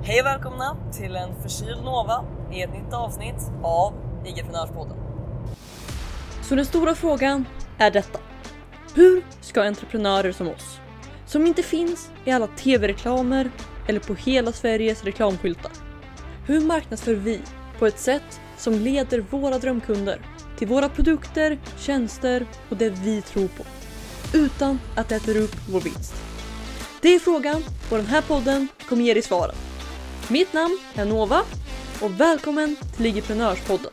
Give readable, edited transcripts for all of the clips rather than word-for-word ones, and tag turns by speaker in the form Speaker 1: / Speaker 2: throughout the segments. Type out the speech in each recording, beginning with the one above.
Speaker 1: Hej och välkomna till en förkyld Nova i ett nytt avsnitt av IG-prenörspodden.
Speaker 2: Så den stora frågan är detta. Hur ska entreprenörer som oss, som inte finns i alla tv-reklamer eller på hela Sveriges reklamskyltar, hur marknadsför vi på ett sätt som leder våra drömkunder till våra produkter, tjänster och det vi tror på, utan att det äter upp vår vinst? Det är frågan och den här podden kommer ge dig svaren. Mitt namn är Nova och välkommen till IG-prenörspodden.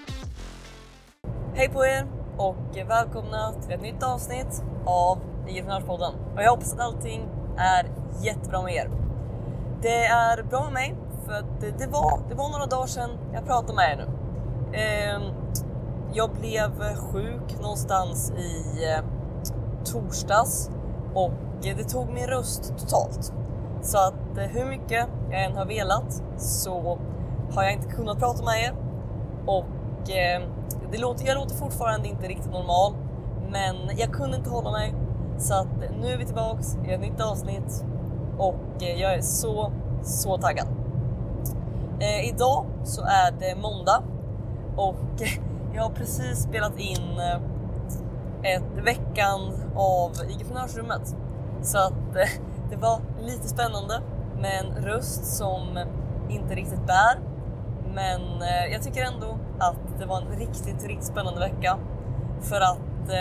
Speaker 1: Hej på er och välkomna till ett nytt avsnitt av IG-prenörspodden. Och jag hoppas att allting är jättebra med er. Det är bra med mig för att det var några dagar sedan jag pratade med er nu. Jag blev sjuk någonstans i torsdags och det tog min röst totalt. Så att hur mycket jag än har velat så har jag inte kunnat prata med er. Och jag låter fortfarande inte riktigt normal. Men jag kunde inte hålla mig. Så att nu är vi tillbaks i ett nytt avsnitt. Och jag är så taggad. Idag så är det måndag. Och jag har precis spelat in ett veckan av IG-prenörsrummet. Så att det var lite spännande med en röst som inte riktigt bär. Men jag tycker ändå att det var en riktigt spännande vecka. För att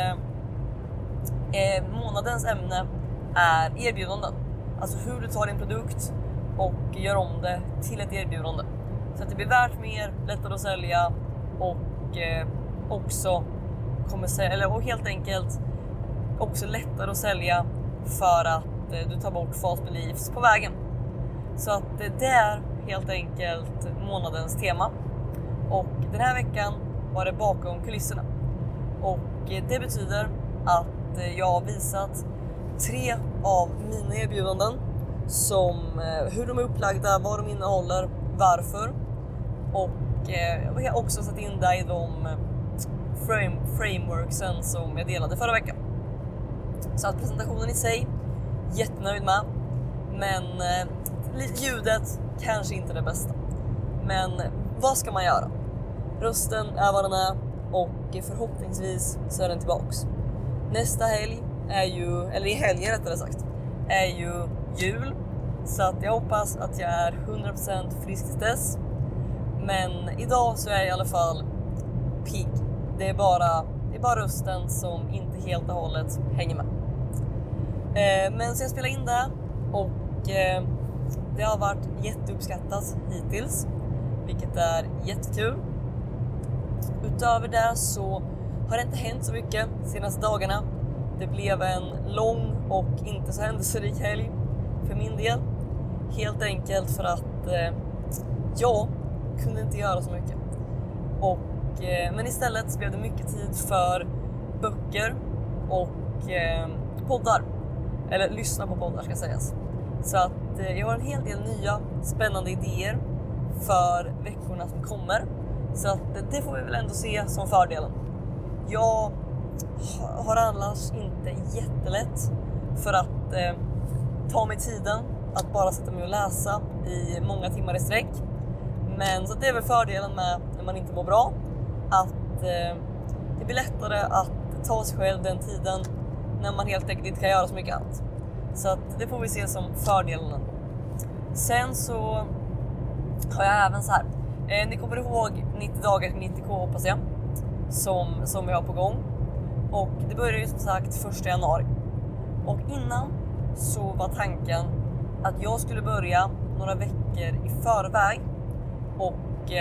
Speaker 1: månadens ämne är erbjudanden. Alltså hur du tar din produkt och gör om det till ett erbjudande. Så att det blir värt mer, lättare att sälja och också och helt enkelt också lättare att sälja för att du tar bort false beliefs på vägen. Så att det är helt enkelt månadens tema. Och den här veckan var det bakom kulisserna. Och det betyder att jag har visat 3 av mina erbjudanden. Som hur de är upplagda, vad de innehåller, varför. Och jag har också satt in där i de frameworksen som jag delade förra veckan. Så att presentationen i sig, jättenöjd med. Men ljudet kanske inte det bästa. Men vad ska man göra? Rösten är vad den är och förhoppningsvis så är den tillbaks. Nästa helg är ju, eller i helgen rättare sagt, är ju jul. Så att jag hoppas att jag är 100% frisk till dess. Men idag så är jag i alla fall pigg. Det är bara rösten som inte helt och hållet hänger med. Men så jag spelar in det och det har varit jätteuppskattat hittills, vilket är jättekul. Utöver det så har det inte hänt så mycket de senaste dagarna. Det blev en lång och inte så händelserik helg för min del. Helt enkelt för att jag kunde inte göra så mycket. Men istället så blev det mycket tid för böcker och poddar. Eller lyssna på poddar ska sägas. Så att jag har en hel del nya spännande idéer för veckorna som kommer. Så att det får vi väl ändå se som fördelen. Jag har annars inte jättelätt för att ta mig tiden att bara sätta mig och läsa i många timmar i sträck. Men så att det är väl fördelen med när man inte mår bra. Att det blir lättare att ta sig själv den tiden när man helt enkelt inte kan göra så mycket annat. Så att det får vi se som fördelen. Sen så har jag även så här. Ni kommer ihåg 90 dagar till 90k hoppas jag. Som vi har på gång. Och det börjar ju som sagt 1 januari. Och innan så var tanken att jag skulle börja några veckor i förväg. Och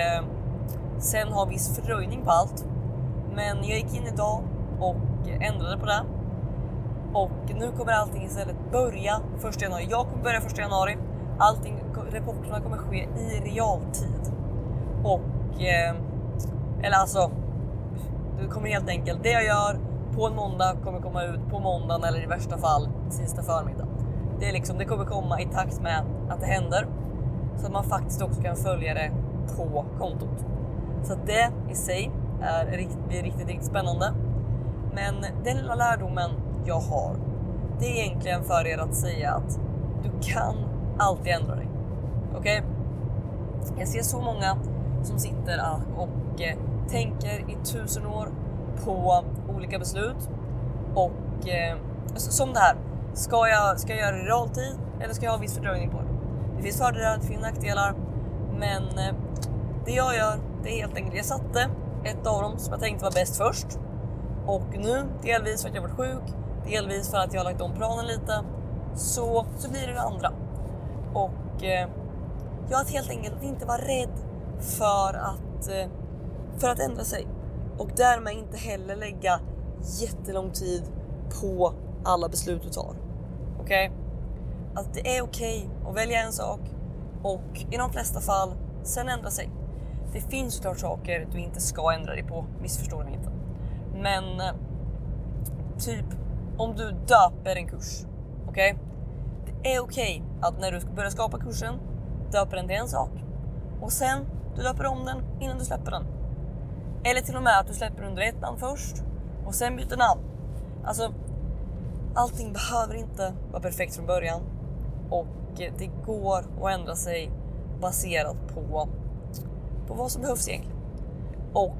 Speaker 1: sen ha viss fördröjning på allt. Men jag gick in idag och ändrade på det. Och nu kommer allting istället börja 1 januari. Jag kommer börja 1 januari. Rapporterna kommer ske i realtid. Och eller alltså det kommer helt enkelt, det jag gör på en måndag kommer komma ut på måndagen eller i värsta fall tisdag förmiddag. Det är liksom, det kommer komma i takt med att det händer. Så att man faktiskt också kan följa det på kontot. Så att det i sig blir riktigt spännande. Men den lilla lärdomen jag har, det är egentligen för er att säga att du kan alltid ändra dig. Okej? Jag ser så många som sitter och tänker i 1000 år på olika beslut. Och som det här, ska jag göra det i realtid eller ska jag ha viss fördröjning på det? Det finns fördelar, det finns nackdelar. Men det jag gör, det är helt enkelt, jag satte ett av dem som jag tänkte var bäst först. Och nu, delvis för att jag varit sjuk, delvis för att jag har lagt om planen lite, så blir det andra. Och jag att helt enkelt inte vara rädd för att ändra sig. Och därmed inte heller lägga jättelång tid på alla beslut du tar. Okej? Att det är okej att välja en sak och i de flesta fall sen ändra sig. Det finns såklart saker du inte ska ändra dig på, missförstår mig inte. Men typ om du döper en kurs, okej? Det är okej att när du börjar skapa kursen, döper den till en sak och sen du döper om den innan du släpper den. Eller till och med att du släpper under ett namn först och sen byter namn. Alltså, allting behöver inte vara perfekt från början. Och det går att ändra sig baserat på vad som behövs egentligen. Och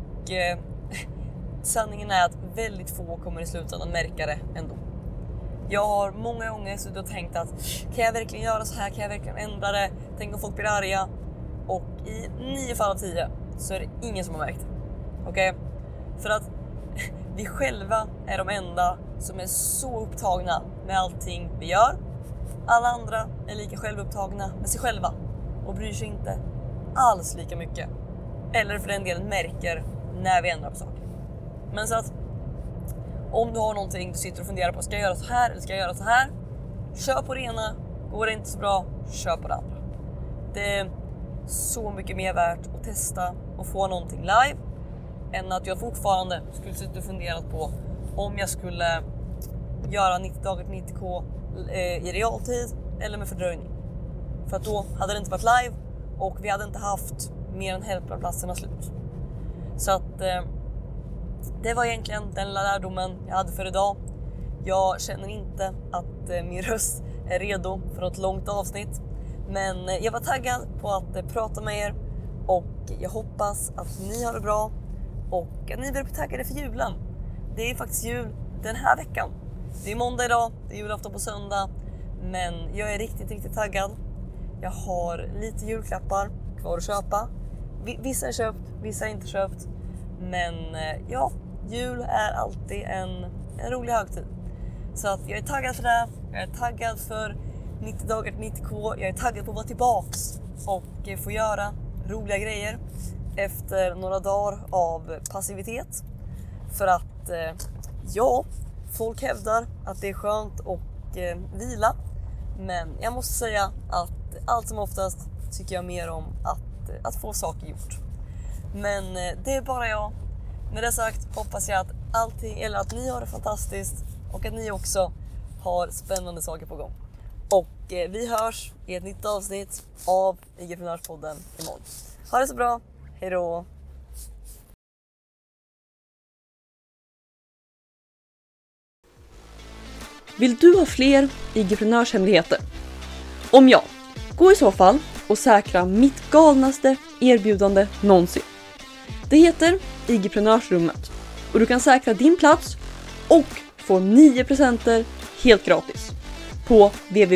Speaker 1: sanningen är att väldigt få kommer i slutändan märka det ändå. Jag har många gånger suttit och tänkt att kan jag verkligen göra så här? Kan jag verkligen ändra det? Tänk om folk blir arga. Och i 9 fall av 10 så är det ingen som har märkt det. Okej? För att vi själva är de enda som är så upptagna med allting vi gör. Alla andra är lika självupptagna med sig själva och bryr sig inte alls lika mycket. Eller för den delen märker när vi ändrar på saker. Men så att om du har någonting du sitter och funderar på, ska jag göra så här eller ska jag göra så här? Kör på det ena, går det inte så bra, kör på det andra. Det är så mycket mer värt att testa och få någonting live än att jag fortfarande skulle sitta och fundera på om jag skulle göra 90 dagar till 90k i realtid eller med fördröjning. För att då hade det inte varit live och vi hade inte haft mer än hälften av platserna slut. Så att det var egentligen den lärdomen jag hade för idag. Jag känner inte att min röst är redo för ett långt avsnitt. Men jag var taggad på att prata med er och jag hoppas att ni har det bra och att ni blir taggade för julen. Det är faktiskt jul den här veckan. Det är måndag idag, det är julafton på söndag, men jag är riktigt taggad. Jag har lite julklappar kvar att köpa. Vissa är köpt, vissa är inte köpt. Men ja, jul är alltid en rolig högtid. Så att jag är taggad för det. Jag är taggad för 90 dagar till 90k. Jag är taggad på att vara tillbaks och få göra roliga grejer efter några dagar av passivitet. För att ja, folk hävdar att det är skönt att vila. Men jag måste säga att allt som oftast tycker jag mer om att få saker gjort. Men det är bara jag. Med det sagt hoppas jag att att ni har det fantastiskt och att ni också har spännande saker på gång. Och vi hörs i ett nytt avsnitt av IG-prenörspodden imorgon. Ha det så bra, hej då!
Speaker 2: Vill du ha fler IG-prenörshemligheter? Om ja, gå i så fall och säkra mitt galnaste erbjudande någonsin. Det heter IG-prenörsrummet och du kan säkra din plats och få 9 presenter helt gratis på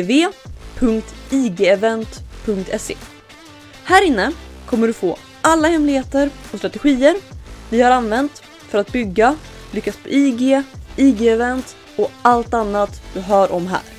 Speaker 2: www.igevent.se. Här inne kommer du få alla hemligheter och strategier vi har använt för att bygga, lyckas på IG, IG-event och allt annat du hör om här.